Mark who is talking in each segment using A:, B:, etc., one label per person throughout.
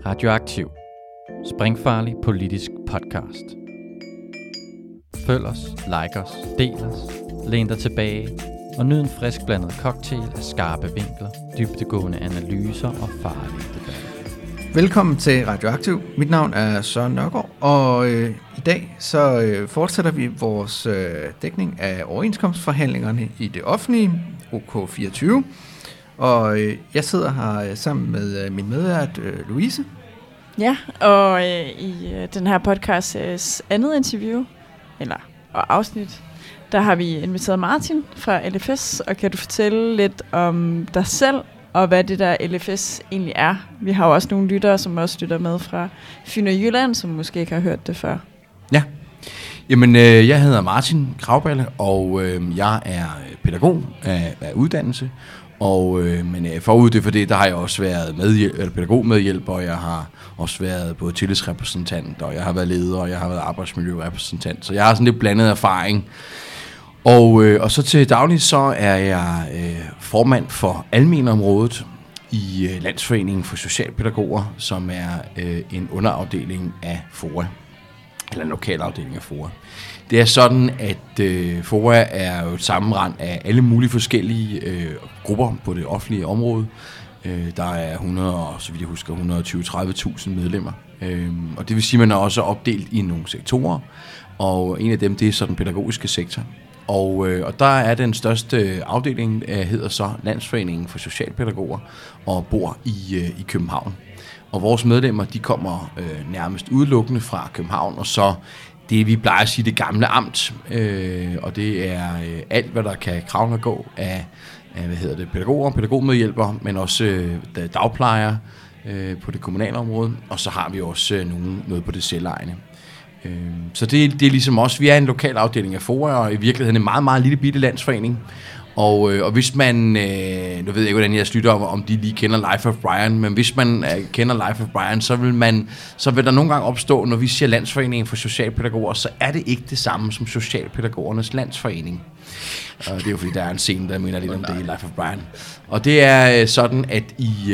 A: Radioaktiv. Springfarlig politisk podcast. Følg os, like os, del os, læn dig tilbage og nyd en frisk blandet cocktail af skarpe vinkler, dybdegående analyser og farlige debatter.
B: Velkommen til Radioaktiv. Mit navn er Søren Nørgaard, og i dag så fortsætter vi vores dækning af overenskomstforhandlingerne i det offentlige, OK24. Og jeg sidder her sammen med min medvært Louise.
C: Ja, og i den her podcasts andet interview, og afsnit, der har vi inviteret Martin fra LFS, og kan du fortælle lidt om dig selv, og hvad det der LFS egentlig er? Vi har jo også nogle lyttere, som også lytter med fra Fyn og Jylland, som måske ikke har hørt det før.
D: Ja, jamen jeg hedder Martin Kragballe, og jeg er pædagog af uddannelse. Men forud det for det, der har jeg også været pædagogmedhjælper, og jeg har også været både tillidsrepræsentant, og jeg har været leder, og jeg har været arbejdsmiljørepræsentant. Så jeg har sådan lidt blandet erfaring. Og så til daglig, så er jeg formand for almenområdet i Landsforeningen for Socialpædagoger, som er en underafdeling af FOA, eller en lokal afdeling af FOA. Det er sådan, at FOA er jo et sammenrend af alle mulige forskellige grupper på det offentlige område. Der er 120-30.000 medlemmer. Og det vil sige, at man er også opdelt i nogle sektorer. Og en af dem, det er så den pædagogiske sektor. Og der er den største afdeling, hedder så Landsforeningen for Socialpædagoger, og bor i København. Og vores medlemmer, de kommer nærmest udelukkende fra København, og så det, vi plejer at sige, det gamle amt. Og det er alt, hvad der kan kravle og gå af pædagoger, pædagogmedhjælpere, men også dagplejere på det kommunale område. Og så har vi også noget på det selvejende. Så det er ligesom også, vi er en lokal afdeling af FOA, og i virkeligheden en meget, meget lille bitte landsforening. Og hvis man, nu ved jeg ikke, hvordan jeg slutter om de lige kender Life of Brian, men hvis man kender Life of Brian, så vil der nogle gange opstå, når vi siger Landsforeningen for Socialpædagoger, så er det ikke det samme som Socialpædagogernes Landsforening. Og det er jo fordi, der er en scene, der minder lidt om det i Life of Brian. Og det er sådan, at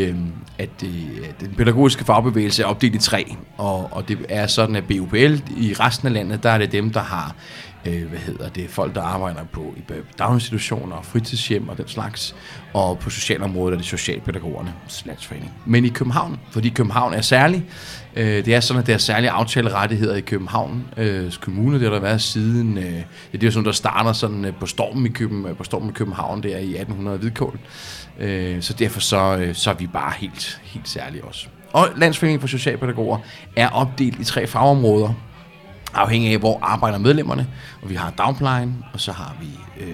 D: den pædagogiske fagbevægelse er opdelt i 3, og det er sådan, at BUPL i resten af landet, der er det dem, der har folk, der arbejder på i daginstitutioner og fritidshjem og den slags, og på socialområdet er det Socialpædagogernes Landsforening. Men i København, fordi København er særlig, det er sådan, at der er særlige aftalerettigheder i Københavns Kommune, det har der været siden, det er sådan, der starter sådan på stormen i København der i 1800 Hvidkål, så derfor så er vi bare helt særlige også. Og Landsforeningen for Socialpædagoger er opdelt i 3 fagområder, afhængig af, hvor arbejder medlemmerne. Og vi har dagplejen, og så har vi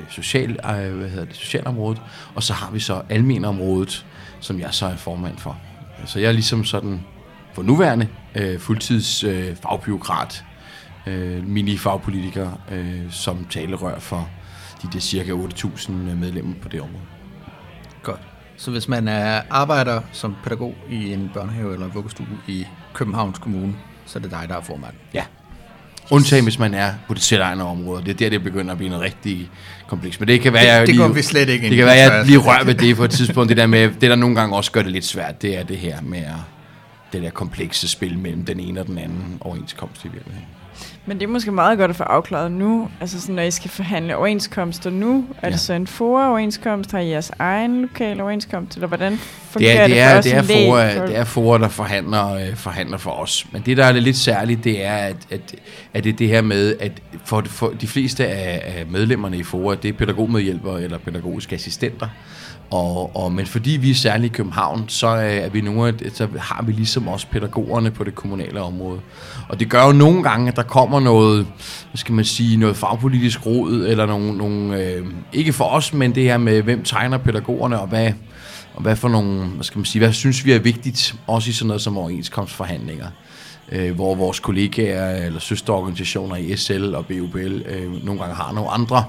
D: socialområdet, og så har vi så almenområdet, som jeg så er formand for. Så jeg er ligesom sådan, for nuværende, fuldtids fagbureaukrat, mini-fagpolitiker, som talerør for de der cirka 8.000 medlemmer på det område.
B: Godt. Så hvis man arbejder som pædagog i en børnehave eller vuggestue i Københavns Kommune, så er det dig, der er formand?
D: Ja. Undtagen hvis man er på det selvejende område. Det er der, det begynder at blive noget rigtig kompleks. Men det kan være,
B: det går vi slet ikke ind.
D: Det kan være, jeg lige rører ved det på et tidspunkt. Det der nogle gange også gør det lidt svært, det er det her med det der komplekse spil mellem den ene og den anden overenskomst i virkeligheden.
C: Men det er måske meget godt at få afklaret nu, altså sådan, når I skal forhandle overenskomster nu, er det så en FOA-overenskomst, har I jeres egen lokale overenskomst, eller hvordan fungerer det for os?
D: Det er FOA, der forhandler for os. Men det, der er lidt særligt, det er, at det her med, at for de fleste af medlemmerne i FOA, det er pædagogmedhjælpere eller pædagogiske assistenter. Men fordi vi er særligt i København, så har vi ligesom også pædagogerne på det kommunale område. Og det gør jo nogle gange, at der kommer noget, noget fagpolitisk råd, eller nogle ikke for os, men det her med, hvem tegner pædagogerne, og hvad for nogle, hvad synes vi er vigtigt, også i sådan noget som overenskomstforhandlinger, hvor vores kollegaer eller søsterorganisationer i SL og BUPL nogle gange har nogle andre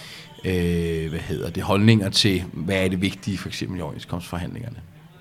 D: holdninger til, hvad er det vigtige, for eksempel i overenskomstforhandlingerne.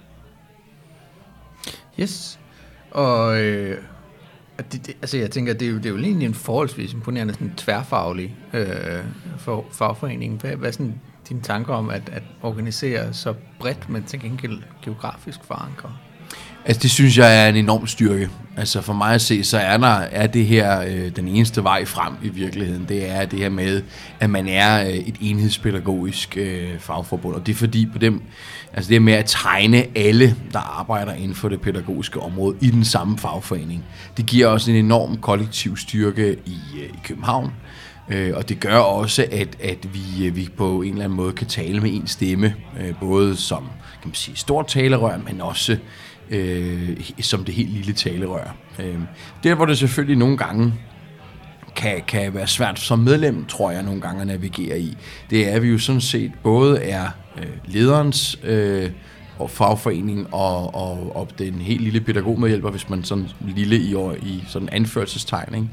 B: Yes. Og jeg tænker, det er jo egentlig en forholdsvis imponerende sådan tværfaglig fagforening. Hvad er sådan dine tanker om at organisere så bredt, men til gengæld geografisk forankret?
D: Altså det synes jeg er en enorm styrke. Altså for mig at se, så er det her den eneste vej frem i virkeligheden. Det er det her med, at man er et enhedspædagogisk fagforbund. Og det er fordi på dem, altså det med at tegne alle, der arbejder inden for det pædagogiske område i den samme fagforening. Det giver også en enorm kollektiv styrke i København. Og det gør også, at vi på en eller anden måde kan tale med en stemme, både som kan man sige, stort talerør, men også som det helt lille talerør. Der hvor det selvfølgelig nogle gange kan være svært som medlem, tror jeg nogle gange at navigere i, det er, at vi jo sådan set både er lederens og fagforening og den helt lille pædagogmedhjælper, hvis man sådan lille i sådan anførselstegning.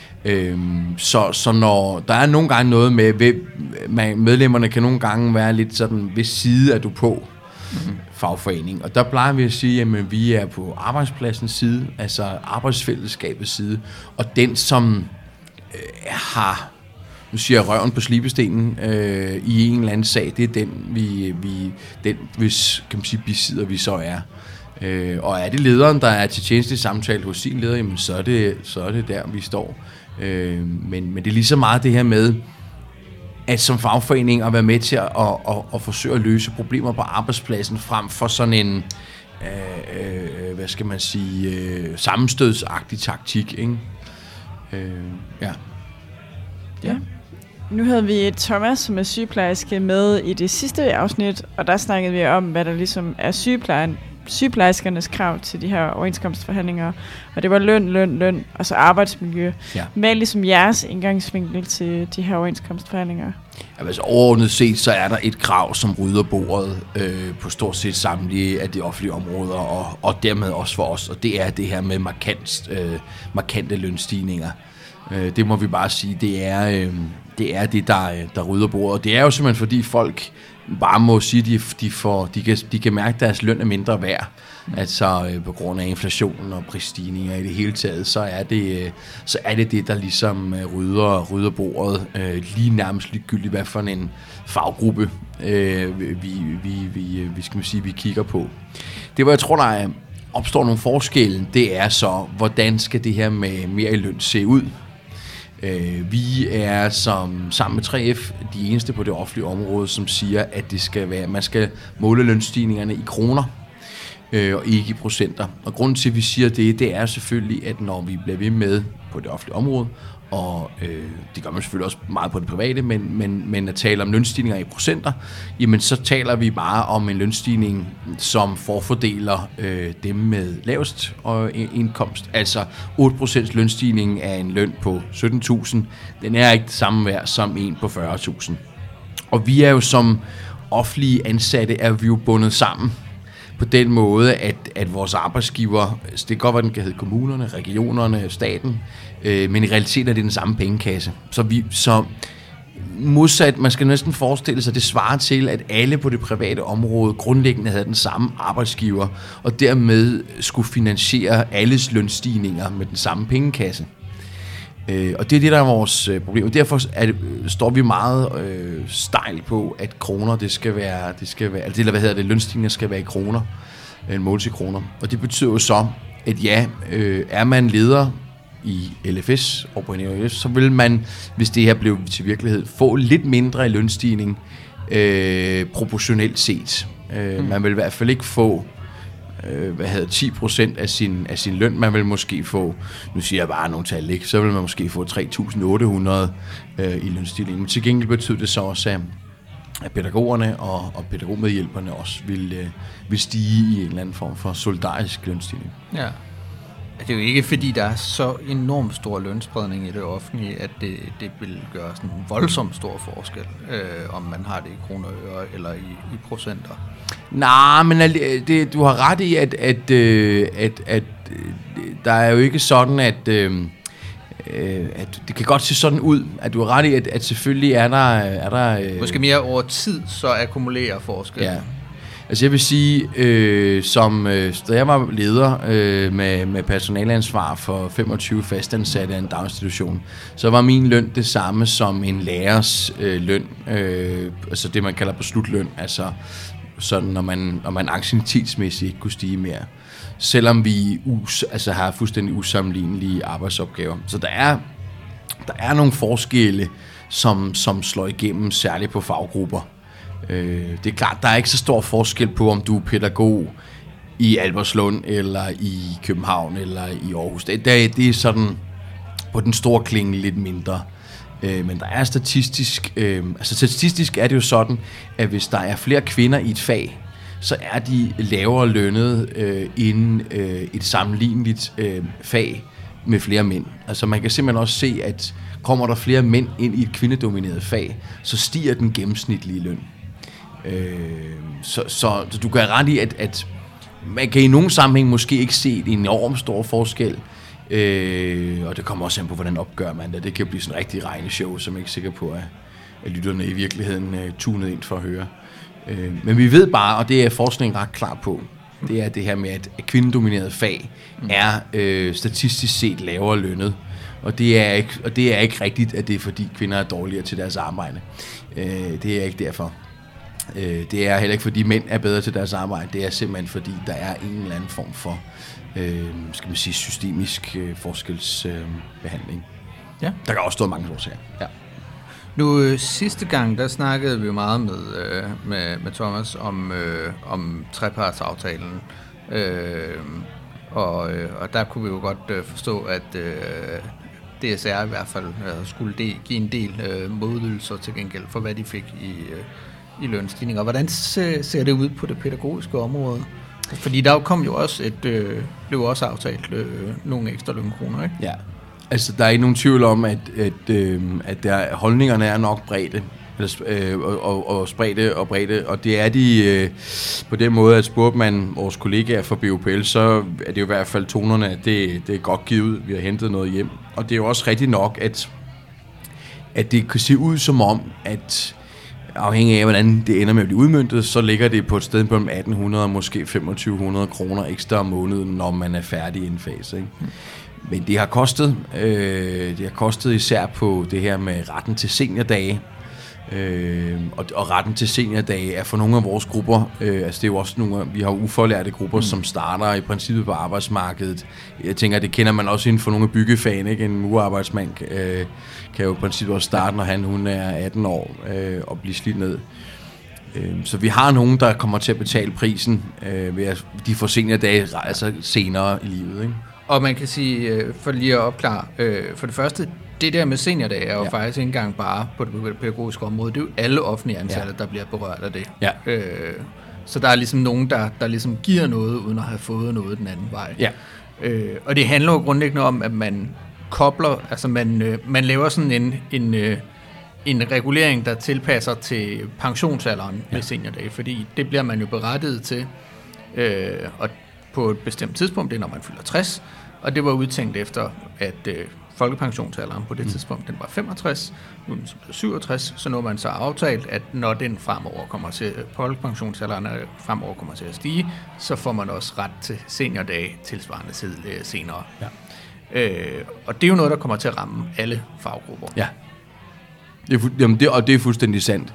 D: Så når der er nogle gange noget med medlemmerne kan nogle gange være lidt sådan, hvis side er du på fagforening, og der plejer vi at sige, at vi er på arbejdspladsens side, altså arbejdsfællesskabets side, og den som har, nu siger jeg røven på slibestenen i en eller anden sag, det er den den hvis kan man sige bisidder vi så er. Og er det lederen, der er til tjenestelig samtale hos sin leder, jamen så er det der vi står. Men det er lige så meget det her med at som fagforening at være med til at forsøge at løse problemer på arbejdspladsen frem for sådan en hvad skal man sige sammenstødsagtig taktik, ikke?
C: Ja. Nu havde vi Thomas, som er sygeplejerske, med i det sidste afsnit, og der snakkede vi om, hvad der ligesom er sygeplejerskernes krav til de her overenskomstforhandlinger, og det var løn, og så arbejdsmiljø. Ja. Med ligesom jeres indgangsvinkel til de her overenskomstforhandlinger.
D: Ja, altså overordnet set, så er der et krav, som rydder bordet på stort set samtlige af de offentlige områder, og dermed også for os, og det er det her med markante lønstigninger. Det må vi bare sige, det er det, der rydder bordet, og det er jo simpelthen fordi folk bare må sige, de kan mærke, at deres løn er mindre værd. Altså på grund af inflationen og prisstigninger i det hele taget, så er det der ligesom rydder bordet, lige nærmest ligegyldigt, hvad for en faggruppe vi kigger på. Det hvor jeg tror, der opstår nogle forskelle, det er så, hvordan skal det her med mere i løn se ud? Vi er sammen med 3F de eneste på det offentlige område, som siger, at det skal være, man skal måle lønstigningerne i kroner og ikke i procenter. Og grunden til, at vi siger det er selvfølgelig, at når vi bliver ved med på det offentlige område, og det gør man selvfølgelig også meget på det private, men at tale om lønstigninger i procenter, jamen så taler vi bare om en lønstigning, som forfordeler dem med lavest indkomst. Altså 8% lønstigning af en løn på 17.000, den er ikke det samme værd som en på 40.000. Og vi er jo som offentlige ansatte, er vi jo bundet sammen på den måde, at vores arbejdsgiver, det kan godt være, den kan hedde kommunerne, regionerne, staten, men i realiteten er det den samme pengekasse. Så modsat, man skal næsten forestille sig, det svarer til, at alle på det private område grundlæggende havde den samme arbejdsgiver, og dermed skulle finansiere alles lønstigninger med den samme pengekasse. Og det er det, der er vores problem. Og derfor står vi meget stejl på, at kroner, lønstigninger skal være i kroner, måles i kroner. Og det betyder jo så, at er man leder i LFS og på NEOF, så vil man, hvis det her blev til virkelighed, få lidt mindre i lønstigning proportionelt set. Man vil i hvert fald ikke få 10% af sin løn. Man vil måske få, nu siger jeg bare nogle tal, ikke? Så vil man måske få 3.800 i lønstigning. Men til gengæld betyder det så også, at pædagogerne og pædagogmedhjælperne også vil stige i en eller anden form for solidarisk lønstigning.
B: Ja. Det er jo ikke fordi, der er så enormt stor lønspredning i det offentlige, at det vil gøre sådan en voldsomt stor forskel, om man har det i kroner og øre eller i procenter.
D: Nej, men du har ret i, at der er jo ikke sådan, at det kan godt se sådan ud, at du har ret i, at selvfølgelig er der
B: måske mere over tid, så akkumulerer forskel.
D: Ja. Altså jeg vil sige, da jeg var leder med personaleansvar for 25 fastansatte af en daginstitution, så var min løn det samme som en lærers løn, altså det man kalder på slutløn, altså sådan når man anciennitetsmæssigt ikke kunne stige mere. Selvom vi har fuldstændig usammenlignelige arbejdsopgaver. Så der er nogle forskelle, som slår igennem, særligt på faggrupper. Det er klart, der er ikke så stor forskel på, om du er pædagog i Albertslund, eller i København, eller i Aarhus. Det er sådan på den store klinge lidt mindre. Men der er statistisk er det jo sådan, at hvis der er flere kvinder i et fag, så er de lavere lønnet end et sammenligneligt fag med flere mænd. Altså man kan simpelthen også se, at kommer der flere mænd ind i et kvindedomineret fag, så stiger den gennemsnitlige løn. Så du kan ret i, at man kan i nogle sammenhæng måske ikke se en enormt stor forskel, og det kommer også an på, hvordan opgør man det. Det kan blive sådan en rigtig regneshow, som jeg ikke er sikker på, at lytterne i virkeligheden tunet ind for at høre. Men vi ved bare, og det er forskningen ret klar på, det er det her med, at kvindedomineret fag er statistisk set lavere lønnet. Og det er ikke rigtigt, at det er fordi kvinder er dårligere til deres arbejde. Det er ikke derfor. Det er heller ikke fordi mænd er bedre til deres arbejde. Det er simpelthen fordi der er en eller anden form for systemisk forskelsbehandling. Ja. Der kan også stå mange årsager. Ja.
B: Nu sidste gang, der snakkede vi jo meget med Thomas om trepartsaftalen. Og der kunne vi jo godt forstå, at DSR i hvert fald skulle give en del modydelser til gengæld for, hvad de fik i lønstigninger. Hvordan ser det ud på det pædagogiske område? Fordi der kom jo også blev også aftalt nogle ekstra lønkroner, ikke? Ja.
D: Altså, der er ikke nogen tvivl om, at holdningerne er nok bredde, og spredte og bredde, og det er de på den måde, at spurgte man vores kollegaer fra BUPL, så er det jo i hvert fald tonerne, at det er godt givet ud, vi har hentet noget hjem. Og det er jo også rigtigt nok, at det kan se ud som om, at afhængig af, hvordan det ender med at blive udmøntet, så ligger det på et sted på 1.800 og måske 2.500 kroner ekstra om måneden, når man er færdig i en fase, ikke? Men det har kostet især på det her med retten til seniordage. Og retten til seniordage er for nogle af vores grupper, altså det er jo også vi har uforlærte grupper, som starter i princippet på arbejdsmarkedet. Jeg tænker, det kender man også inden for nogle af byggefagene, ikke? En murarbejdsmand kan jo i princippet også starte, når hun er 18 år og blive slidt ned. Så vi har nogen, der kommer til at betale prisen ved at de får seniordage altså senere i livet, ikke?
B: Og man kan sige, for lige at opklare, for det første, det der med seniordage er jo faktisk ikke engang bare på det pædagogiske område. Det er jo alle offentlige ansatte, der bliver berørt af det. Ja. Så der er ligesom nogen, der ligesom giver noget, uden at have fået noget den anden vej. Ja. Og det handler jo grundlæggende om, at man kobler, altså man laver sådan en regulering, der tilpasser til pensionsalderen med seniordage, fordi det bliver man jo berettiget til, og på et bestemt tidspunkt, det er når man fylder 60, og det var udtænkt efter, at folkepensionsalderen på det tidspunkt, den var 65, nu er den 67, så nu har man så aftalt, at når den folkepensionsalderen fremover kommer til at stige, så får man også ret til seniordage tilsvarende tid senere. Ja. Og det er jo noget, der kommer til at ramme alle faggrupper. Ja.
D: Det er fuldstændig sandt.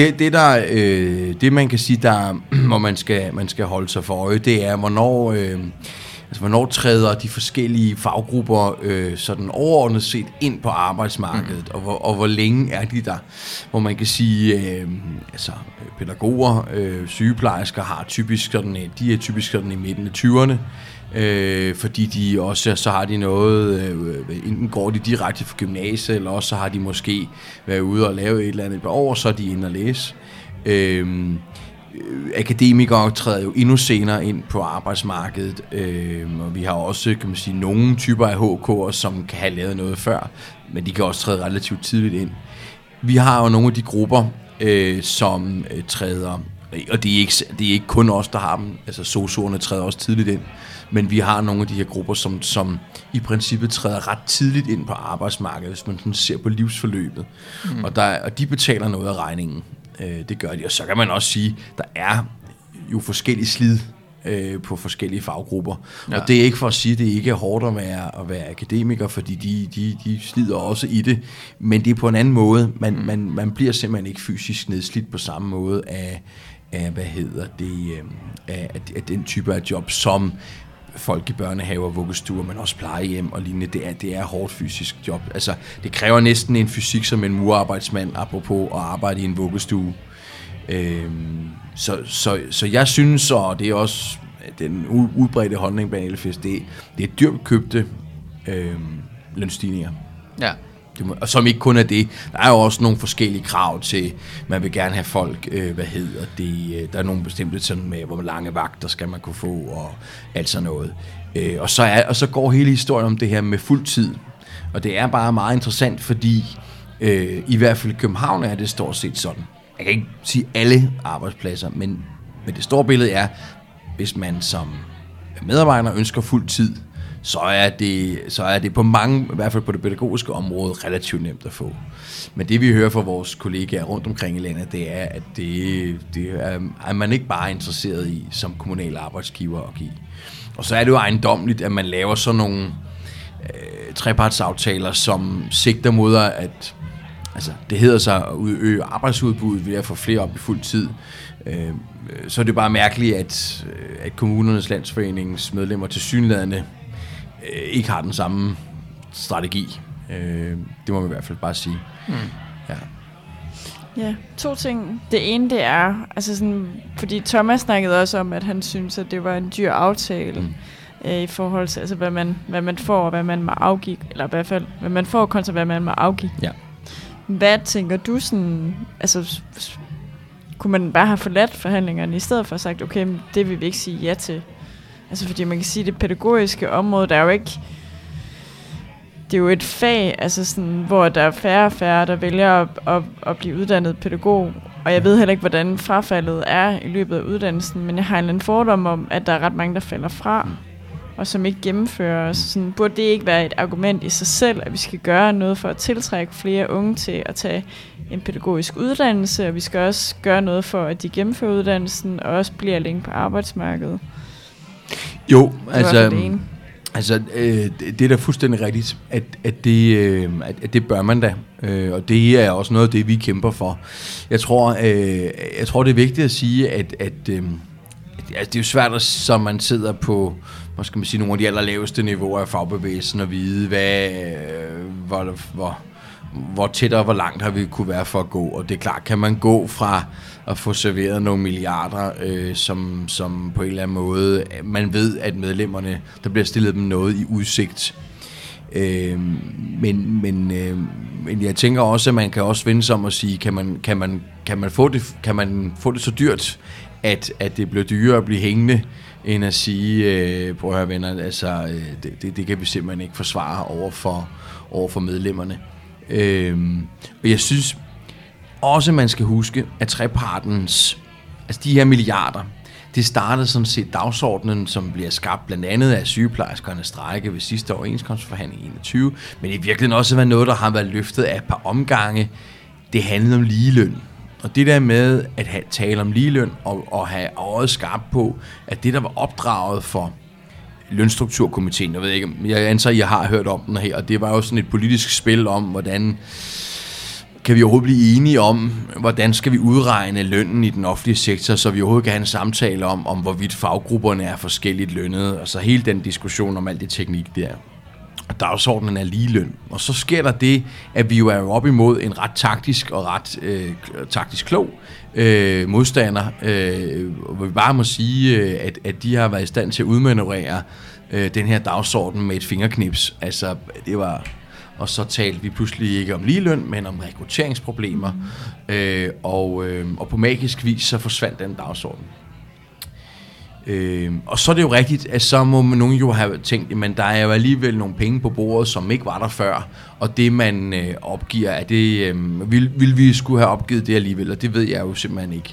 D: Det man kan sige, hvor man skal holde sig for øje, det er, hvornår træder de forskellige faggrupper sådan overordnet set ind på arbejdsmarkedet, og hvor længe er de der? Hvor man kan sige, pædagoger, sygeplejersker er typisk sådan i midten af 20'erne, fordi de også, så har de noget, enten går de direkte fra gymnasiet, eller også så har de måske været ude og lave et eller andet par år, så er de inde og læse. Akademikere træder jo endnu senere ind på arbejdsmarkedet, og vi har også, kan man sige, nogle typer af HK'er, som kan have lavet noget før, men de kan også træde relativt tidligt ind. Vi har jo nogle af de grupper, som træder, og det er ikke kun os, der har dem, altså sosuerne træder også tidligt ind, men vi har nogle af de her grupper, som i princippet træder ret tidligt ind på arbejdsmarkedet, hvis man sådan ser på livsforløbet, og de betaler noget af regningen. Det gør de, og så kan man også sige, der er jo forskellige slid på forskellige faggrupper. Ja. Og det er ikke for at sige, at det ikke er hårdt at være akademiker, fordi de slider også i det, men det er på en anden måde. Man bliver simpelthen ikke fysisk nedslidt på samme måde af den type af job, som folk i børnehaver, vuggestuer, men også plejehjem og lignende. Det er hårdt fysisk job. Altså, det kræver næsten en fysik som en murarbejdsmand, apropos at arbejde i en vuggestue. Så jeg synes, og det er også den udbredte holdning blandt LFS, det er dyrt købte lønstigninger.
B: Ja.
D: Og som ikke kun er det. Der er jo også nogle forskellige krav til, man vil gerne have folk, der er nogle bestemte sådan med, hvor lange vagter skal man kunne få, og alt sådan noget. Og så går hele historien om det her med fuld tid. Og det er bare meget interessant, fordi i hvert fald i København er det stort set sådan. Jeg kan ikke sige alle arbejdspladser, men det store billede er, hvis man som medarbejder ønsker fuld tid, så er det på mange, i hvert fald på det pædagogiske område, relativt nemt at få. Men det vi hører fra vores kollegaer rundt omkring i landet, det er, at det er man ikke bare interesseret i som kommunal arbejdsgiver at give. Og så er det jo ejendommeligt, at man laver sådan nogle trepartsaftaler, som sigter mod at, altså det hedder sig at øge arbejdsudbuddet ved at få flere op i fuld tid. Så er det bare mærkeligt, at kommunernes landsforeningens medlemmer tilsyneladende ikke har den samme strategi. Det må man i hvert fald bare sige.
C: Ja, 2 ting. Det ene, det er, altså sådan, fordi Thomas snakkede også om, at han synes, at det var en dyr aftale i forhold til, altså hvad man får, og hvad man må afgive, eller i hvert fald, hvad man får kontra hvad man må afgive. Ja. Hvad tænker du sådan, altså kunne man bare have forladt forhandlingerne, i stedet for at sagt, okay, det vil vi ikke sige ja til? Altså fordi man kan sige, det pædagogiske område, der er jo ikke, det er jo et fag, altså sådan, hvor der er færre og færre, der vælger at blive uddannet pædagog. Og jeg ved heller ikke, hvordan frafaldet er i løbet af uddannelsen, men jeg har en eller anden fordom om, at der er ret mange, der falder fra, og som ikke gennemfører. Så sådan, burde det ikke være et argument i sig selv, at vi skal gøre noget for at tiltrække flere unge til at tage en pædagogisk uddannelse, og vi skal også gøre noget for, at de gennemfører uddannelsen, og også bliver længe på arbejdsmarkedet?
D: Jo, altså det er da fuldstændig rigtigt, at det bør man da, og det er også noget af det, vi kæmper for. Jeg tror, det er vigtigt at sige, at det er jo svært, at så man sidder på, hvad skal man sige, nogle af de allerlaveste niveauer af fagbevægelsen og vide, hvor tæt og hvor langt har vi kunne være for at gå. Og det er klart, kan man gå fra at få serveret nogle milliarder, som på en eller anden måde, man ved, at medlemmerne, der bliver stillet dem noget i udsigt. Men jeg tænker også, at man kan også vende sig om at sige, kan man få det så dyrt, at det bliver dyrere at blive hængende, end at sige, prøv at høre venner, altså det kan vi simpelthen ikke forsvare over for medlemmerne. Og jeg synes også, man skal huske, at trepartens, altså de her milliarder, det startede sådan set dagsordenen, som bliver skabt blandt andet af sygeplejerskernes strejke ved sidste overenskomstforhandling 21, men i virkeligheden også været noget, der har været løftet af et par omgange. Det handlede om ligeløn. Og det der med at tale om ligeløn og have øjet skarpt på, at det der var opdraget for lønstrukturkomiteen, jeg ved ikke, jeg antager, I har hørt om den her, og det var jo sådan et politisk spil om, hvordan kan vi overhovedet blive enige om, hvordan skal vi udregne lønnen i den offentlige sektor, så vi overhovedet kan have en samtale om hvorvidt faggrupperne er forskelligt lønnet, og så hele den diskussion om alt det teknik der. Og dagsordenen er ligeløn. Og så sker der det, at vi jo er op imod en ret taktisk og ret taktisk klog modstander, hvor vi bare må sige, at de har været i stand til at udmanøvrere den her dagsorden med et fingerknips. Altså, det var... Og så talte vi pludselig ikke om ligeløn, men om rekrutteringsproblemer. Og på magisk vis, så forsvandt den dagsorden. Og så er det jo rigtigt, at så må nogen jo have tænkt, men der er jo alligevel nogle penge på bordet, som ikke var der før. Og det man opgiver, er det, vil vi skulle have opgivet det alligevel, og det ved jeg jo simpelthen ikke.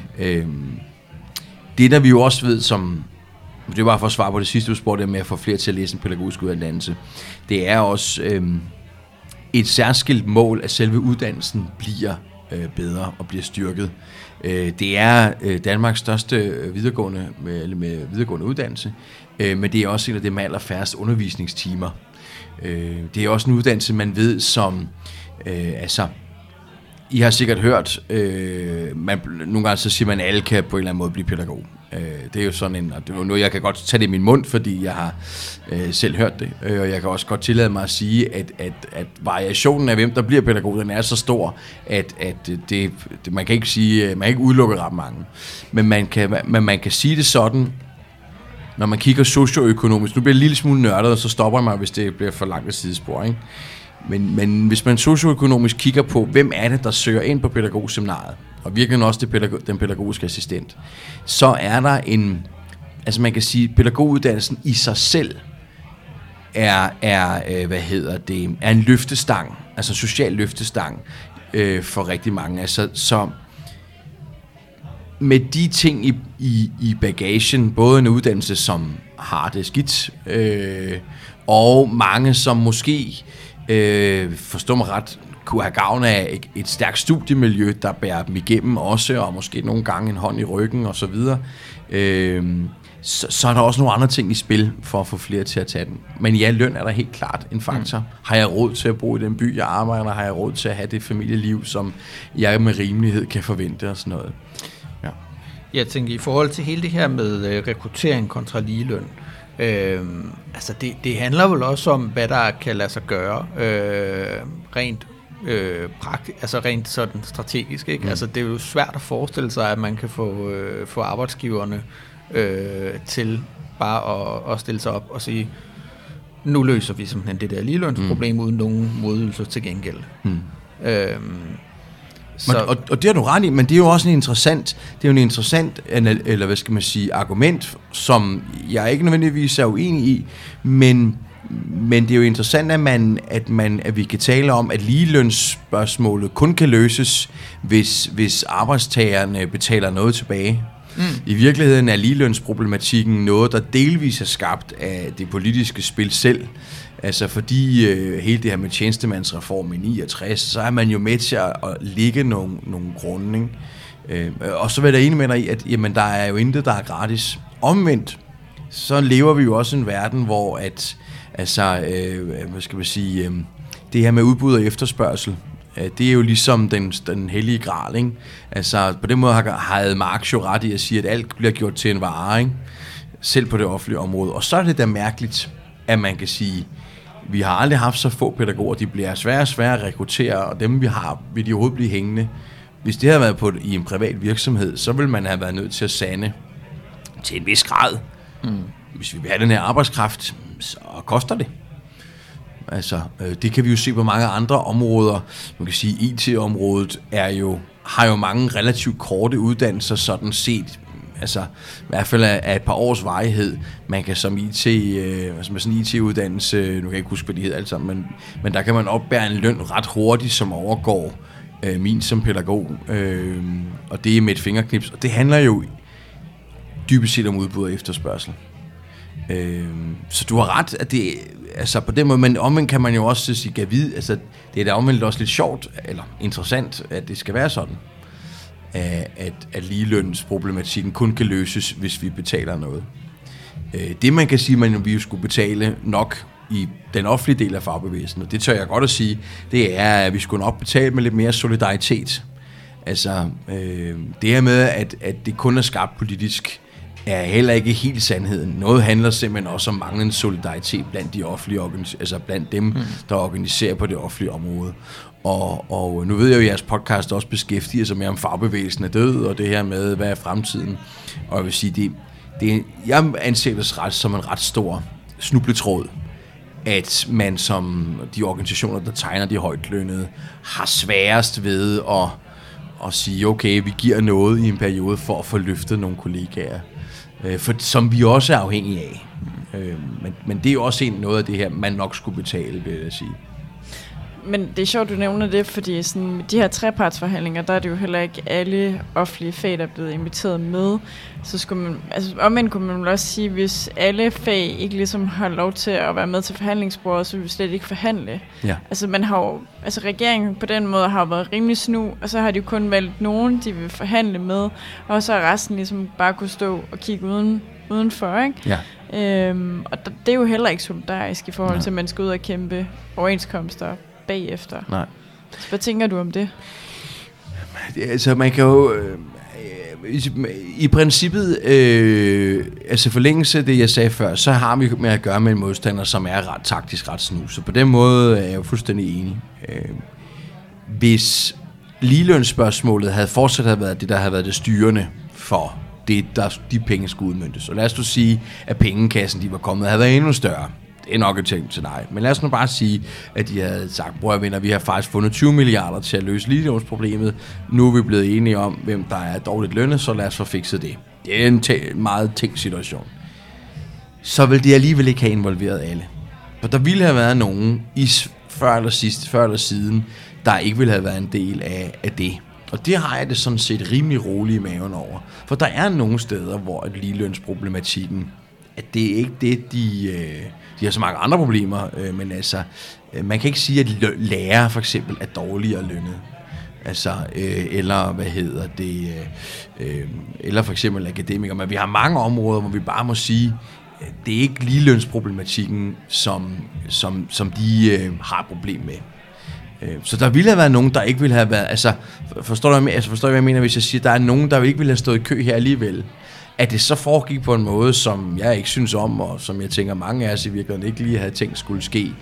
D: Det der vi jo også ved, som... Det var for at svare på det sidste, du spurgte med at få flere til at læse en pædagogisk uddannelse. Det er også et særskilt mål, at selve uddannelsen bliver bedre og bliver styrket. Det er Danmarks største videregående uddannelse, men det er også en af dem med allerfærrest undervisningstimer. Det er også en uddannelse, man ved som, I har sikkert hørt, nogle gange så siger man, at alle kan på en eller anden måde blive pædagog. Det er jo sådan og det er noget, jeg kan godt tage det i min mund, fordi jeg har selv hørt det, og jeg kan også godt tillade mig at sige, at variationen af hvem der bliver pædagog, den er så stor, at man kan ikke sige, man kan ikke udelukke ret mange, men man kan sige det sådan, når man kigger socioøkonomisk. Nu bliver det en lille smule nørdet, og så stopper jeg mig, hvis det bliver for langt et sidespor, ikke? Men hvis man socioøkonomisk kigger på, hvem er det, der søger ind på pædagogseminariet, og virkelig også den pædagogiske assistent, så er der man kan sige, pædagoguddannelsen i sig selv er en løftestang, altså social løftestang for rigtig mange. Altså, så med de ting i bagagen, både en uddannelse, som har det skidt, og mange, som måske, forstår mig ret, kunne have gavn af et stærkt studiemiljø, der bærer dem igennem også, og måske nogle gange en hånd i ryggen og så videre, så er der også nogle andre ting i spil for at få flere til at tage den. Men ja, løn er der helt klart en faktor. Har jeg råd til at bo i den by, jeg arbejder? Har jeg råd til at have det familieliv, som jeg med rimelighed kan forvente og sådan noget? Ja.
B: Jeg tænker, i forhold til hele det her med rekruttering kontra ligeløn, det handler vel også om, hvad der kan lade sig gøre rent rent sådan strategisk, ikke? Altså det er jo svært at forestille sig, at man kan få arbejdsgiverne til bare at stille sig op og sige, nu løser vi simpelthen det der ligelønsproblem uden nogen modydelser til gengæld.
D: Og det har du ret i, men det er jo også en interessant, eller hvad skal man sige, argument, som jeg ikke nødvendigvis er uenig i, men det er jo interessant, at vi kan tale om, at ligelønsspørgsmålet kun kan løses, hvis arbejdstagerne betaler noget tilbage. I virkeligheden er ligelønsproblematikken noget, der delvis er skabt af det politiske spil selv. Altså fordi hele det her med tjenestemandsreform i 69, så er man jo med til at lægge nogle grunde, ikke? Og så vil jeg da enig med dig i, at jamen, der er jo intet, der er gratis. Omvendt, så lever vi jo også i en verden, hvor det her med udbud og efterspørgsel, det er jo ligesom den hellige gral, ikke? Altså på den måde har Marx jo ret i at sige, at alt bliver gjort til en vare, ikke? Selv på det offentlige område. Og så er det da mærkeligt, at man kan sige, vi har aldrig haft så få pædagoger, de bliver svære og svære at rekruttere, og dem vi har, vil de overhovedet blive hængende. Hvis det havde været i en privat virksomhed, så ville man have været nødt til at sande til en vis grad. Hvis vi vil have den her arbejdskraft, så koster det. Altså, det kan vi jo se på mange andre områder. Man kan sige, IT-området har jo mange relativt korte uddannelser, sådan set. Altså, i hvert fald af et par års varighed. Man kan som sådan IT-uddannelse, nu kan jeg ikke huske, hvad de hedder alle sammen, men der kan man opbære en løn ret hurtigt, som overgår min som pædagog. Og det er med et fingerknips. Og det handler jo dybest set om udbud og efterspørgsel. Så du har ret, at det altså på den måde, men omvendt kan man jo også sige, altså det er da omvendt også lidt sjovt eller interessant, at det skal være sådan, at ligelønsproblematikken kun kan løses, hvis vi betaler noget. Det man kan sige, vi jo skulle betale nok i den offentlige del af fagbevægelsen, og det tør jeg godt at sige, det er, at vi skulle nok betale med lidt mere solidaritet. Altså det her med, at det kun er skabt politisk, er heller ikke helt sandheden. Noget handler simpelthen også om manglende solidaritet blandt de offentlige altså blandt dem, der organiserer på det offentlige område. Og nu ved jeg jo, at jeres podcast også beskæftiger sig med, om fagbevægelsen er død, og det her med, hvad er fremtiden. Og jeg vil sige, jeg anser det som en ret stor snubletråd, at man som de organisationer, der tegner de højtlønnede, har sværest ved at sige, okay, vi giver noget i en periode for at få løftet nogle kollegaer, som vi også er afhængige af. Men det er jo også noget af det her, man nok skulle betale, vil jeg sige.
C: Men det er sjovt, du nævner det, fordi sådan, de her trepartsforhandlinger, der er det jo heller ikke alle offentlige fag, der er blevet inviteret med. Så skulle man, altså omvendt kunne man også sige, hvis alle fag ikke ligesom har lov til at være med til forhandlingsbordet, så vil vi slet ikke forhandle.
D: Ja.
C: Altså man har jo, altså regeringen på den måde har været rimelig snu, og så har de jo kun valgt nogen, de vil forhandle med, og så har resten ligesom bare kunne stå og kigge udenfor, ikke?
D: Ja.
C: Og det er jo heller ikke solidarisk i forhold til, at man skal ud og kæmpe overenskomster bagefter.
D: Nej.
C: Hvad tænker du om det?
D: Altså man kan jo i princippet altså forlængelse af det jeg sagde før, så har vi med at gøre med en modstander som er taktisk ret snu. Så på den måde er jeg jo fuldstændig enig. Hvis ligelønsspørgsmålet havde fortsat været det der havde været det styrende for det der de penge skulle udmøntes. Og lad os nu sige at pengekassen de var kommet havde været endnu større. Det er nok et ting til nej. Men lad os nu bare sige, at de havde sagt, bror venner, vi har faktisk fundet 20 milliarder til at løse ligelønsproblemet. Nu er vi blevet enige om, hvem der er dårligt lønnet, så lad os få fikset det. Det er en meget tænkt situation. Så vil de alligevel ikke have involveret alle. For der ville have været nogen, før eller siden, der ikke ville have været en del af det. Og det har jeg det sådan set rimelig roligt i maven over. For der er nogle steder, hvor ligelønsproblematikken, at det er ikke det, de har så mange andre problemer, men altså, man kan ikke sige, at lærere for eksempel er dårligere lønnet. Altså, eller hvad hedder det, eller for eksempel akademikere, men vi har mange områder, hvor vi bare må sige, det er ikke ligelønsproblematikken, som de har et problem med. Så der ville have været nogen, der ikke ville have været, altså, forstår du hvad jeg mener, hvis jeg siger, der er nogen, der ikke ville have stået i kø her alligevel. At det så foregik på en måde, som jeg ikke synes om, og som jeg tænker mange af os i virkeligheden ikke lige havde tænkt skulle ske,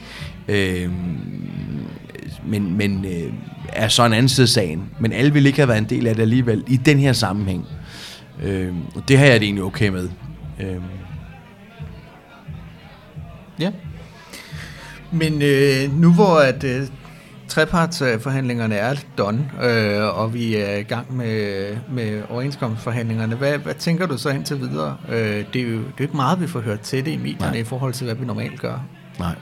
D: men er så en anden side af sagen. Men alle ville ikke have været en del af det alligevel i den her sammenhæng. Og det har jeg det egentlig okay med.
B: Ja. Men nu hvor at trepartsforhandlingerne er done, og vi er i gang med overenskomstforhandlingerne, hvad tænker du så indtil videre? Det er jo ikke meget, vi får hørt til det i medierne i forhold til, hvad vi normalt gør.
D: Nej.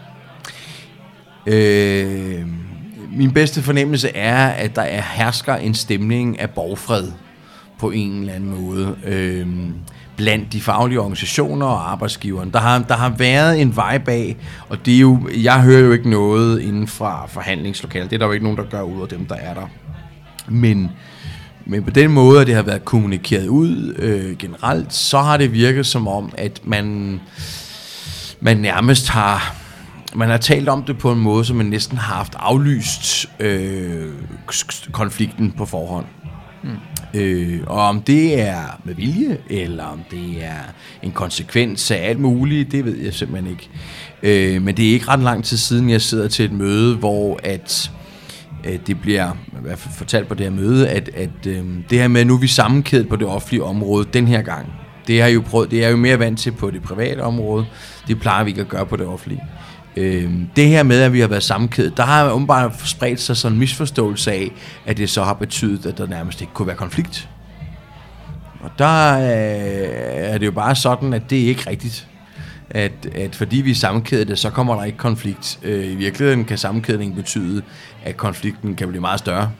D: Min bedste fornemmelse er, at der hersker en stemning af borgfred på en eller anden måde. Blandt de faglige organisationer og arbejdsgiveren. Der har været en vej bag, og det er jo, jeg hører jo ikke noget inden fra forhandlingslokalet. Det er der jo ikke nogen, der gør ud af dem, der er der. Men på den måde, at det har været kommunikeret ud generelt, så har det virket som om, at man nærmest har... Man har talt om det på en måde, som man næsten har haft aflyst konflikten på forhånd. Og om det er med vilje, eller om det er en konsekvens af alt muligt, det ved jeg simpelthen ikke. Men det er ikke ret lang tid siden, jeg sidder til et møde, hvor at det bliver i hvert fald fortalt på det her møde, at det her med, at nu er vi sammenkædet på det offentlige område den her gang. Det er jo mere vant til på det private område. Det plejer vi ikke at gøre på det offentlige. Det her med, at vi har været sammenkædet, der har åbenbart spredt sig sådan en misforståelse af, at det så har betydet, at der nærmest ikke kunne være konflikt. Og der er det jo bare sådan, at det er ikke rigtigt. At fordi vi er sammenkædet, så kommer der ikke konflikt. I virkeligheden kan sammenkædningen betyde, at konflikten kan blive meget større.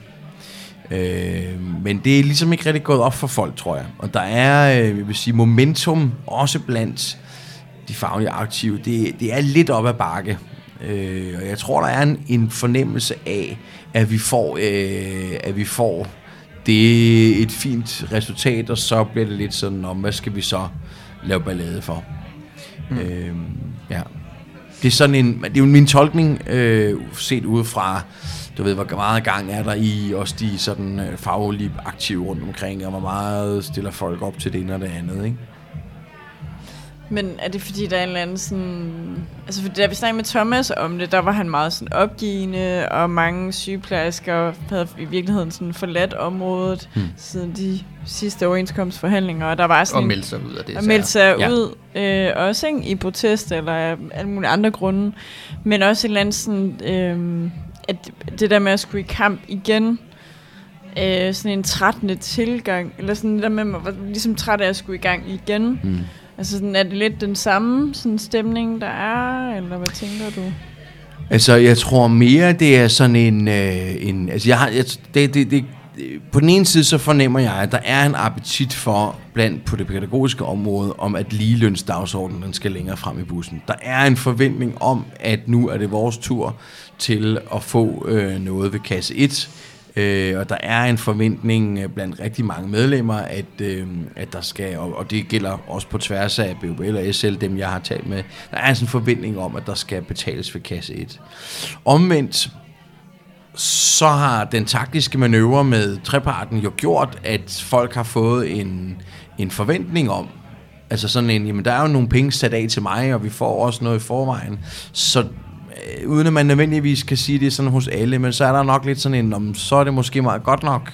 D: Men det er ligesom ikke rigtig gået op for folk, tror jeg. Og der er, jeg vil sige, momentum også blandt de faglige aktive, det er lidt op ad bakke. Og jeg tror, der er en fornemmelse af, at vi får det et fint resultat, og så bliver det lidt sådan om, hvad skal vi så lave ballade for? Ja. Det er sådan det er jo min tolkning, set udefra, du ved, hvor meget gang er der i også de sådan faglige aktive rundt omkring, og hvor meget stiller folk op til det ene og det andet, ikke?
C: Men er det fordi, der er en eller anden sådan... Altså, fordi da vi snakkede med Thomas om det, der var han meget sådan opgivende, og mange sygeplejersker havde i virkeligheden sådan forladt området siden de sidste overenskomstforhandlinger, og der var sådan...
B: Og meldte sig ud af det.
C: Og meldte sig ud, også ikke, i protest, eller af alle mulige andre grunde, men også et eller andet sådan... at det der med at skulle i kamp igen, sådan en trættende tilgang, eller sådan det der med, at man var ligesom træt af at skulle i gang igen. Altså sådan, er det lidt den samme sådan stemning, der er, eller hvad tænker du?
D: Altså, jeg tror mere, det er sådan en altså, på den ene side, så fornemmer jeg, at der er en appetit for, blandt på det pædagogiske område, om at ligelønsdagsordenen skal længere frem i bussen. Der er en forventning om, at nu er det vores tur til at få noget ved kasse 1, og der er en forventning blandt rigtig mange medlemmer, at der skal, og det gælder også på tværs af BUPL og SL, dem jeg har talt med, der er sådan en forventning om, at der skal betales ved kasse 1. Omvendt, så har den taktiske manøvre med treparten jo gjort, at folk har fået en forventning om, altså sådan en, jamen der er jo nogle penge sat af til mig, og vi får også noget i forvejen, så uden at man nødvendigvis kan sige det sådan hos alle, men så er der nok lidt sådan en, så er det måske meget godt nok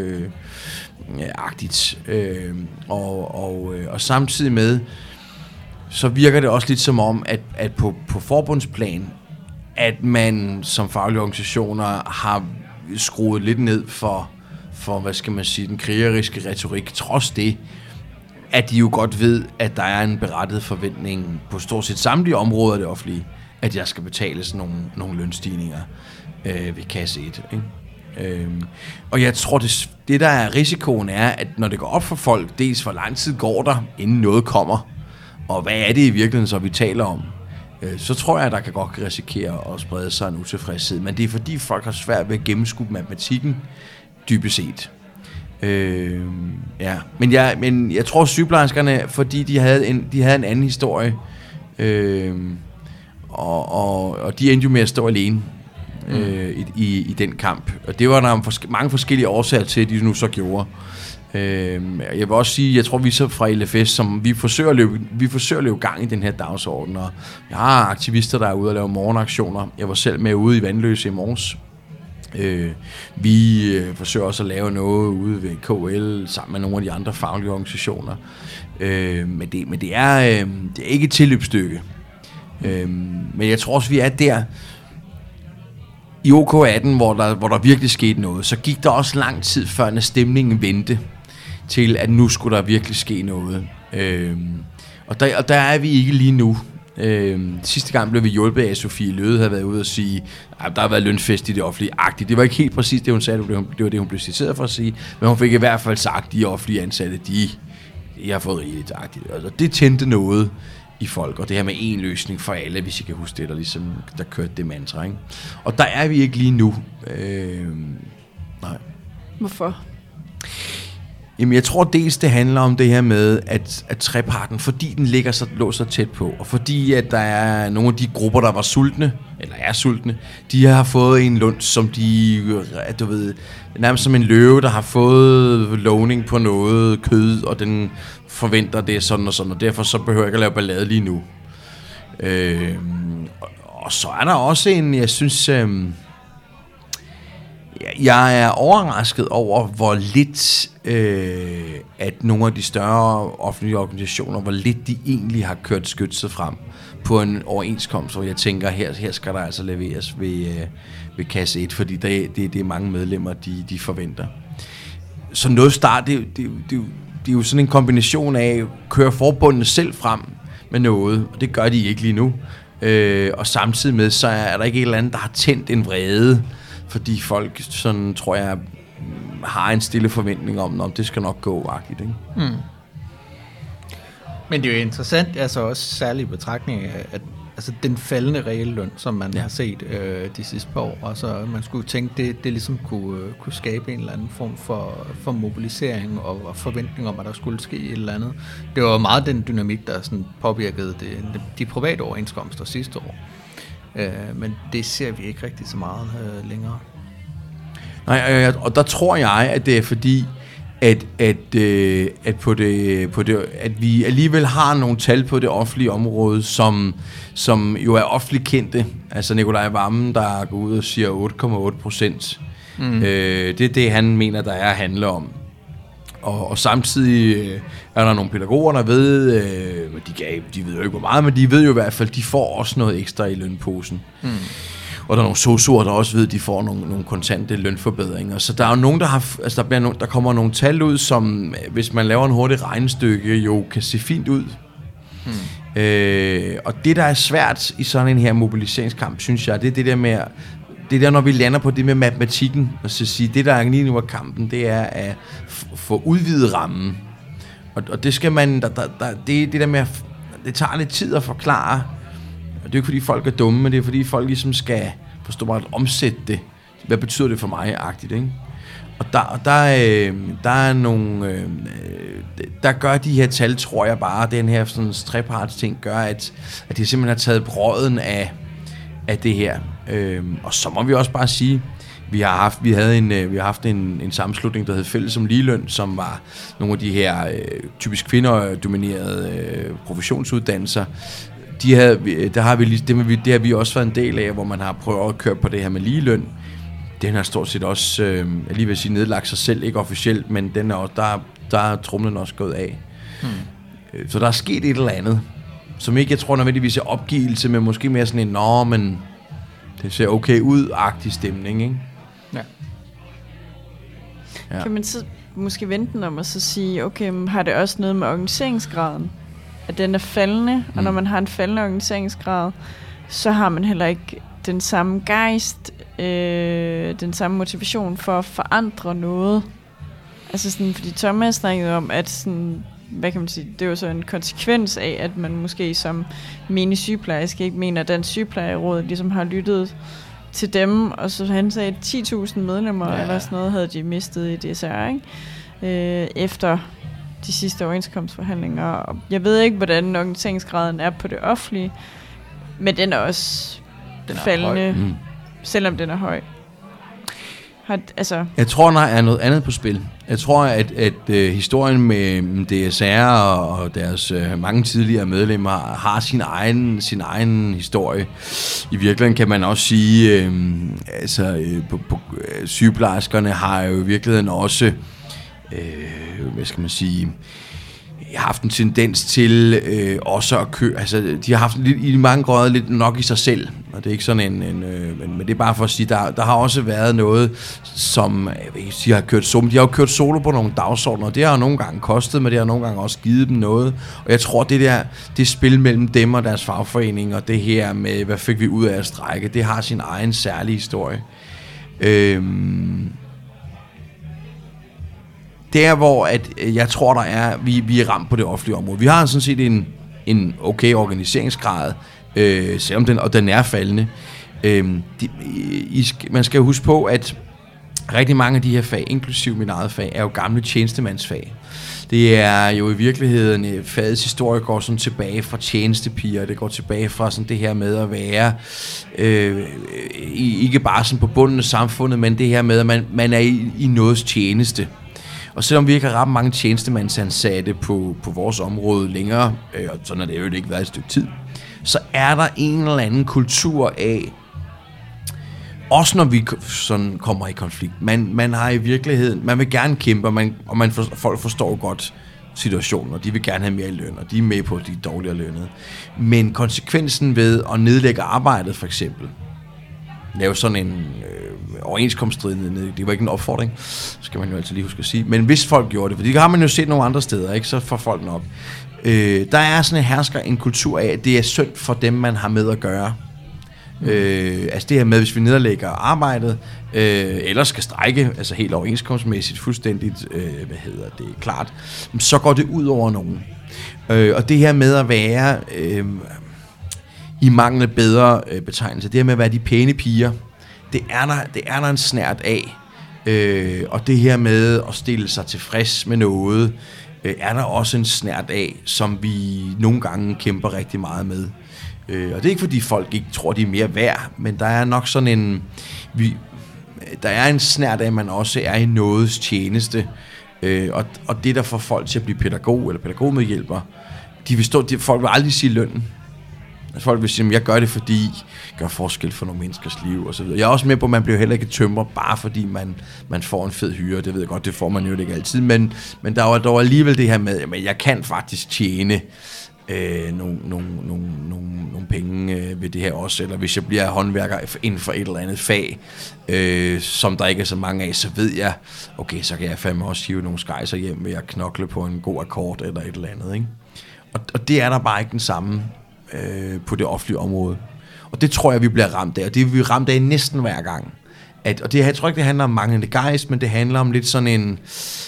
D: agtigt, og samtidig med, så virker det også lidt som om, at på forbundsplan, at man som faglige organisationer har skruet lidt ned for hvad skal man sige, den krigeriske retorik, trods det, at de jo godt ved, at der er en berettiget forventning på stort set samtlige områder af det offentlige, at jeg skal betales nogle lønstigninger ved kasse 1. Ikke? Og jeg tror, det der er risikoen er, at når det går op for folk, dels hvor lang tid går der, inden noget kommer, og hvad er det i virkeligheden, så vi taler om, så tror jeg, at der kan godt risikere at sprede sig en utilfredshed. Men det er fordi folk har svært ved at gennemskue matematikken dybest set. Ja. Men jeg tror sygeplejerskerne, fordi de havde en anden historie, og de endte jo med at stå alene i den kamp. Og det var der mange forskellige årsager til, at de nu så gjorde. Jeg vil også sige, jeg tror vi så fra LFS, som vi forsøger at løbe gang i den her dagsorden, og jeg har aktivister, der er ude og lave morgenaktioner. Jeg var selv med ude i Vandløse i morges. Vi forsøger også at lave noget ude ved KL sammen med nogle af de andre faglige organisationer. Men det er ikke et tilløbsstykke. Men jeg tror også, vi er der i OK18, hvor der virkelig skete noget. Så gik der også lang tid før, når stemningen vendte til, at nu skulle der virkelig ske noget. Og der er vi ikke lige nu. Sidste gang blev vi hjulpet af, Sofie Løde havde været ude og sige, at der har været lønfest i det offentlige-agtigt. Det var ikke helt præcis det, hun sagde, det var det, hun blev citeret for at sige, men hun fik i hvert fald sagt, at de offentlige ansatte, de har fået rigeligt-agtigt. Altså, det tændte noget i folk, og det her med en løsning for alle, hvis I kan huske det, der kørte det mantra, ikke? Og der er vi ikke lige nu. Nej.
C: Hvorfor?
D: Jamen, jeg tror dels, det handler om det her med, at treparten, fordi den lå så tæt på, og fordi at der er nogle af de grupper, der var sultne, eller er sultne, de har fået en lund, som du ved, nærmest som en løve, der har fået lovning på noget kød, og den forventer det sådan og sådan, og derfor så behøver jeg ikke at lave ballade lige nu. Og så er der også jeg synes, jeg er overrasket over, hvor lidt, at nogle af de større offentlige organisationer, hvor lidt de egentlig har kørt skytset frem på en overenskomst, hvor jeg tænker, her skal der altså leveres ved kasse 1, fordi det er mange medlemmer, de forventer. Så noget start, det er jo sådan en kombination af at køre forbundene selv frem med noget, og det gør de ikke lige nu. Og samtidig med, så er der ikke et eller andet, der har tændt en vrede, fordi folk sådan, tror jeg, har en stille forventning om det skal nok gå-agtigt, ikke? Mm.
B: Men det er jo interessant, altså også særlig betragtning af, at altså den faldende reelle løn, som man har set de sidste par år, og så man skulle tænke, det ligesom kunne skabe en eller anden form for mobilisering og forventning om, at der skulle ske et eller andet. Det var meget den dynamik, der sådan påvirkede de private overenskomster sidste år. Men det ser vi ikke rigtig så meget længere.
D: Nej, og der tror jeg, at det er fordi, at vi alligevel har nogle tal på det offentlige område, som jo er offentligt kendte. Altså Nikolaj Wammen, der går ud og siger 8,8%. Det er det, han mener, der er at handle om. Og samtidig er der nogle pædagoger, der ved, de ved jo ikke hvor meget, men de ved jo i hvert fald, de får også noget ekstra i lønposen. Og der er nogle sosuer, der også ved, at de får nogle kontante lønforbedringer. Så der er jo nogen, der kommer nogle tal ud, som hvis man laver en hurtig regnestykke, jo kan se fint ud. Og det, der er svært i sådan en her mobiliseringskamp, synes jeg, det er det der med, det der, når vi lander på det med matematikken, og så sige, det der er lige nu af kampen, det er at få udvidet rammen. Og det skal man, det der med, det tager lidt tid at forklare. Og det er ikke fordi folk er dumme, men det er fordi folk ligesom skal forstå mig at omsætte det. Hvad betyder det for mig-agtigt, ikke? Og der er nogle, der gør de her tal, tror jeg bare, den her sådan treparts ting, gør, at de simpelthen har taget brøden af det her. Og så må vi også bare sige, vi har haft en sammenslutning, der hed Fælles om Ligeløn, som var nogle af de her typisk kvinderdominerede professionsuddannelser. Det har vi også været en del af, hvor man har prøvet at køre på det her med ligeløn. Den har stort set også, jeg lige vil sige, nedlagt sig selv, ikke officielt, men den er også, der er tromlen også gået af. Så der er sket et eller andet, som ikke, jeg tror nødvendigvis er opgivelse, men måske mere sådan en, men det ser okay ud-agtig stemning, ikke?
C: Ja. Kan man så måske vente den om at så sige, okay, men har det også noget med organiseringsgraden? At den er faldende, og når man har en faldende organiseringsgrad, så har man heller ikke den samme gejst, den samme motivation for at forandre noget. Altså sådan, fordi Thomas snakkede om, at sådan, hvad kan man sige, det er jo så en konsekvens af, at man måske som menig sygeplejerske ikke mener, at Dansk Sygeplejeråd ligesom har lyttet til dem, og så han sagde, at 10.000 medlemmer eller sådan noget havde de mistet i DSR, ikke? Efter de sidste overenskomstforhandlinger. Og jeg ved ikke, hvordan organiseringsgraden er på det offentlige, men den er også faldende, selvom den er høj.
D: Jeg tror, der er noget andet på spil. Jeg tror, at historien med DSR og deres mange tidligere medlemmer har sin egen historie. I virkeligheden kan man også sige, sygeplejerskerne har jo i virkeligheden også, hvad skal man sige, jeg har haft en tendens til også at køre, altså de har haft i mange grader lidt nok i sig selv, og det er ikke sådan men det er bare for at sige, der har også været noget, som de har kørt solo på nogle dagsordner, og det har nogle gange kostet, men det har nogle gange også givet dem noget, og jeg tror, det spil mellem dem og deres fagforening, og det her med, hvad fik vi ud af at strejke, det har sin egen særlige historie. Der hvor at jeg tror der er vi er ramt på det offentlige område. Vi har sådan set en okay organiseringsgrad, selvom den er faldende. Man skal huske på, at rigtig mange af de her fag, inklusiv mit eget fag, er jo gamle tjenestemandsfag. Det er jo i virkeligheden, fagets historie går sådan tilbage fra tjenestepiger, det går tilbage fra sådan det her med at være, ikke bare sådan på bunden af samfundet, men det her med, at man er i nogens tjeneste. Og selvom vi ikke har ret mange tjenestemandsansatte på vores område længere, og sådan har det jo ikke været et stykke tid, så er der en eller anden kultur af, også når vi sådan kommer i konflikt, man har i virkeligheden, man vil gerne kæmpe, og folk forstår godt situationen, og de vil gerne have mere i løn, og de er med på, at de er dårligere lønnet. Men konsekvensen ved at nedlægge arbejdet, for eksempel, lave sådan en overenskomststridende, det var ikke en opfordring, skal man jo altid lige huske at sige, men hvis folk gjorde det, for det har man jo set nogle andre steder, ikke, så får folk den op. Der er sådan en kultur af, at det er synd for dem, man har med at gøre. Altså det her med, hvis vi nederlægger arbejdet, eller skal strejke, altså helt overenskomstmæssigt, fuldstændigt, klart, så går det ud over nogen. Og det her med at være, i mangel af bedre betegnelse, det her med at være de pæne piger, det er der en snert af. Og det her med at stille sig tilfreds med noget, er der også en snert af, som vi nogle gange kæmper rigtig meget med. Og det er ikke fordi folk ikke tror, de er mere værd, men der er nok sådan der er en snert af, at man også er i nogens tjeneste. Og det der får folk til at blive pædagog eller pædagogmedhjælper, folk vil aldrig sige lønnen. Altså folk vil sige, at jeg gør det, fordi jeg gør forskel for nogle menneskers liv og så videre. Jeg er også med på, at man bliver heller ikke tømrer, bare fordi man får en fed hyre. Det ved jeg godt, det får man jo ikke altid. Men der er dog alligevel det her med, at jeg kan faktisk tjene nogle penge ved det her også. Eller hvis jeg bliver håndværker inden for et eller andet fag, som der ikke er så mange af, så ved jeg, okay, så kan jeg fandme også hive nogle skejser hjem ved at knokle på en god akkord eller et eller andet, ikke? Og det er der bare ikke den samme på det offentlige område. Og det tror jeg, vi bliver ramt af, og det er vi ramt af næsten hver gang. Og det, jeg tror ikke, det handler om manglende gejst, men det handler om lidt sådan en...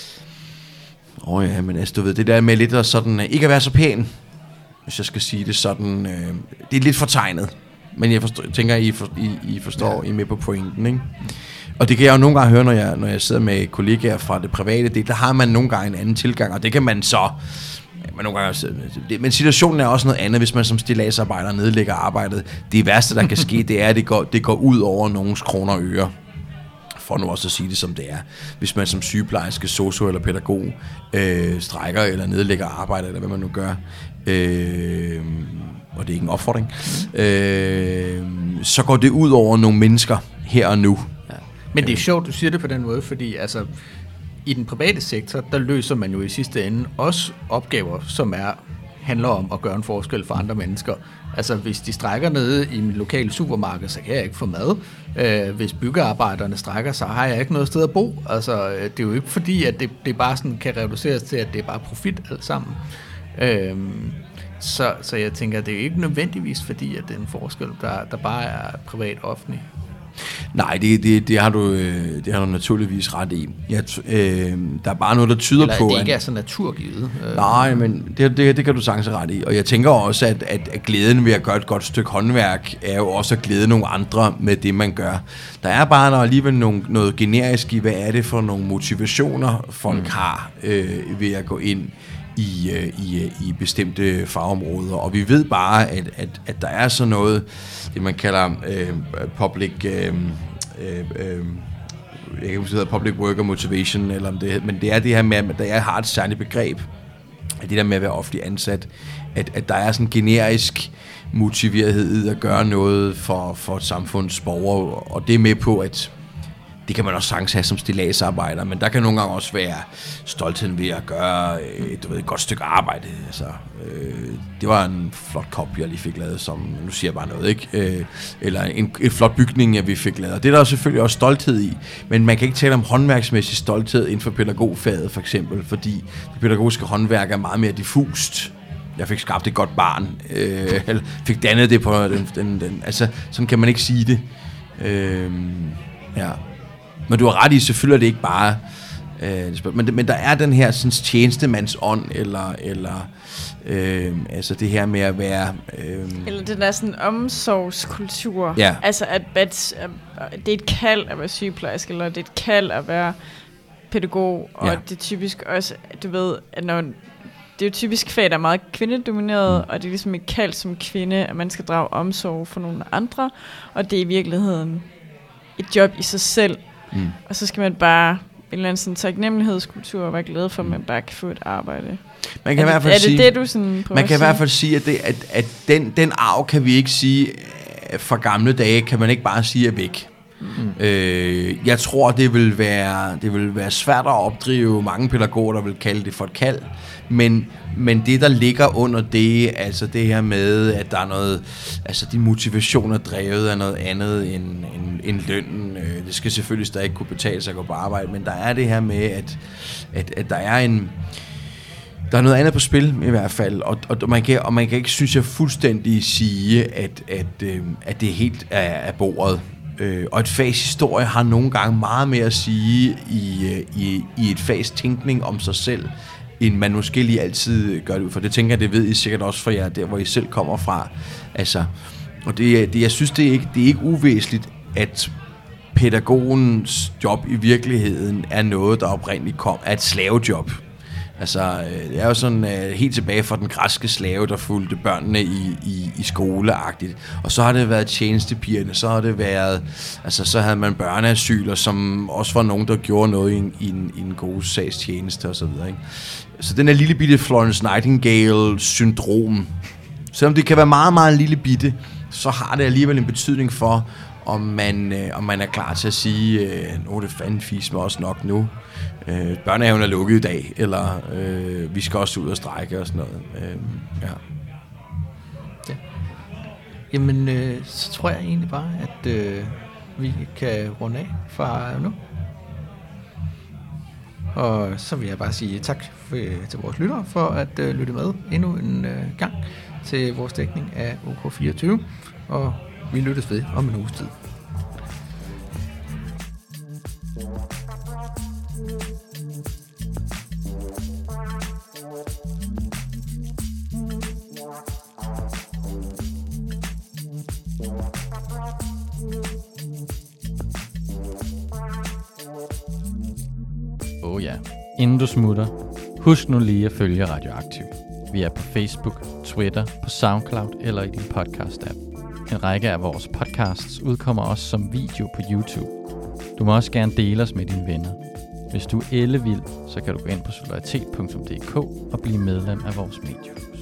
D: men altså, du ved, det der med lidt at sådan, ikke at være så pæn, hvis jeg skal sige det sådan, det er lidt fortegnet. Men jeg tænker, I forstår, I er med på pointen, ikke? Og det kan jeg jo nogle gange høre, når jeg sidder med kollegaer fra det private del, der har man nogle gange en anden tilgang, og det kan man så... Men situationen er også noget andet, hvis man som stilladsarbejder nedlægger arbejdet. Det værste, der kan ske, det er, at det går ud over nogens kroner og øre. For nu også at sige det, som det er. Hvis man som sygeplejerske, sosu eller pædagog strækker eller nedlægger arbejdet, eller hvad man nu gør, og det er ikke en opfordring, så går det ud over nogle mennesker her og nu.
B: Ja. Men det er sjovt, du siger det på den måde, fordi altså... I den private sektor, der løser man jo i sidste ende også opgaver, som handler om at gøre en forskel for andre mennesker. Altså, hvis de strækker nede i mit lokale supermarked, så kan jeg ikke få mad. Hvis byggearbejderne strækker, så har jeg ikke noget sted at bo. Altså, det er jo ikke fordi, at det bare sådan kan reduceres til, at det er bare profit alt sammen. Så jeg tænker, det er ikke nødvendigvis fordi, at det er en forskel, der bare er privat-offentlig.
D: Nej, det har du naturligvis ret i. Der er bare noget, der tyder på...
B: Eller det ikke er så naturgivet.
D: Nej, men det kan du sagtens ret i. Og jeg tænker også, at glæden ved at gøre et godt stykke håndværk, er jo også at glæde nogle andre med det, man gør. Der er bare alligevel noget generisk i, hvad er det for nogle motivationer, folk har ved at gå ind i bestemte fagområder. Og vi ved bare, at der er sådan noget, det man kalder public... jeg kan huske, det hedder public worker motivation, eller om det, men det er det her med, at jeg har et særligt begreb, at det der med at være offentlig ansat, at der er sådan en generisk motiverethed i at gøre noget for et samfunds borgere, og det er med på, at det kan man også sagtens have som stilladsarbejder, men der kan nogle gange også være stoltheden ved at gøre et godt stykke arbejde. Altså, det var en flot kop, jeg lige fik lavet, som, nu siger jeg bare noget, ikke? Eller en flot bygning, vi fik lavet. Og det er der selvfølgelig også stolthed i, men man kan ikke tale om håndværksmæssig stolthed inden for pædagogfaget, for eksempel, fordi det pædagogiske håndværk er meget mere diffust. Jeg fik skabt et godt barn, eller fik dannet det på den. Altså, sådan kan man ikke sige det. Ja. Men du har ret i, selvfølgelig er det ikke bare... men der er den her sådan, tjenestemandsånd, eller altså det her med at være...
C: Eller den der sådan omsorgskultur.
D: Ja.
C: Altså, at det er et kald at være sygeplejerske, eller det er et kald at være pædagog, og det er typisk også, du ved, at når... Det er jo typisk fag, der er meget kvindedomineret, og det er ligesom et kald som kvinde, at man skal drage omsorg for nogle andre, og det er i virkeligheden et job i sig selv. Og så skal man bare en eller anden sådan taknemmelighedskultur og være glad for, at man bare kan få et arbejde.
D: Man kan i hvert fald sige,
C: det du sådan prøver
D: man kan i hvert fald sige, at den arv kan vi ikke sige fra gamle dage, kan man ikke bare sige er væk. Jeg tror, det vil være svært at opdrive mange pædagoger, der vil kalde det for et kald, men det, der ligger under det, altså det her med, at der er noget, altså de motivationer drevet af noget andet end lønnen. Det skal selvfølgelig stadig kunne betale sig at gå på arbejde, men der er det her med, at der er noget andet på spil i hvert fald, og man kan ikke, synes jeg, fuldstændig sige, at det er helt af bordet. Og et fags historie har nogle gange meget mere at sige i et fags tænkning om sig selv, end man måske lige altid gør det ud for. Det tænker jeg, det ved I sikkert også for jer, der hvor I selv kommer fra. Altså, og jeg synes, det er ikke uvæsentligt, at pædagogens job i virkeligheden er noget, der oprindeligt er et slavejob. Altså, det er jo sådan helt tilbage fra den græske slave, der fulgte børnene i skoleagtigt. Og så har det været tjenestepigerne, så har det været, altså så havde man børneasyler, som også var nogen, der gjorde noget i en god sags tjeneste og så videre, ikke? Så den er lille bitte Florence Nightingale-syndrom. Selvom det kan være meget, meget lille bitte, så har det alligevel en betydning for, om man er klar til at sige, nu er det fandme fis med os nok nu. Børnehaven er lukket i dag, eller vi skal også ud og strække og sådan noget.
B: Ja. Jamen, så tror jeg egentlig bare, at vi kan runde af fra nu. Og så vil jeg bare sige tak til vores lyttere for at lytte med endnu en gang til vores dækning af OK24. Og vi lyttes ved om en uges tid.
A: Ja. Inden du smutter, husk nu lige at følge Radioaktiv. Vi er på Facebook, Twitter, på SoundCloud eller i din podcast-app. En række af vores podcasts udkommer også som video på YouTube. Du må også gerne dele os med dine venner. Hvis du er ellevild, så kan du gå ind på solidaritet.dk og blive medlem af vores mediehus.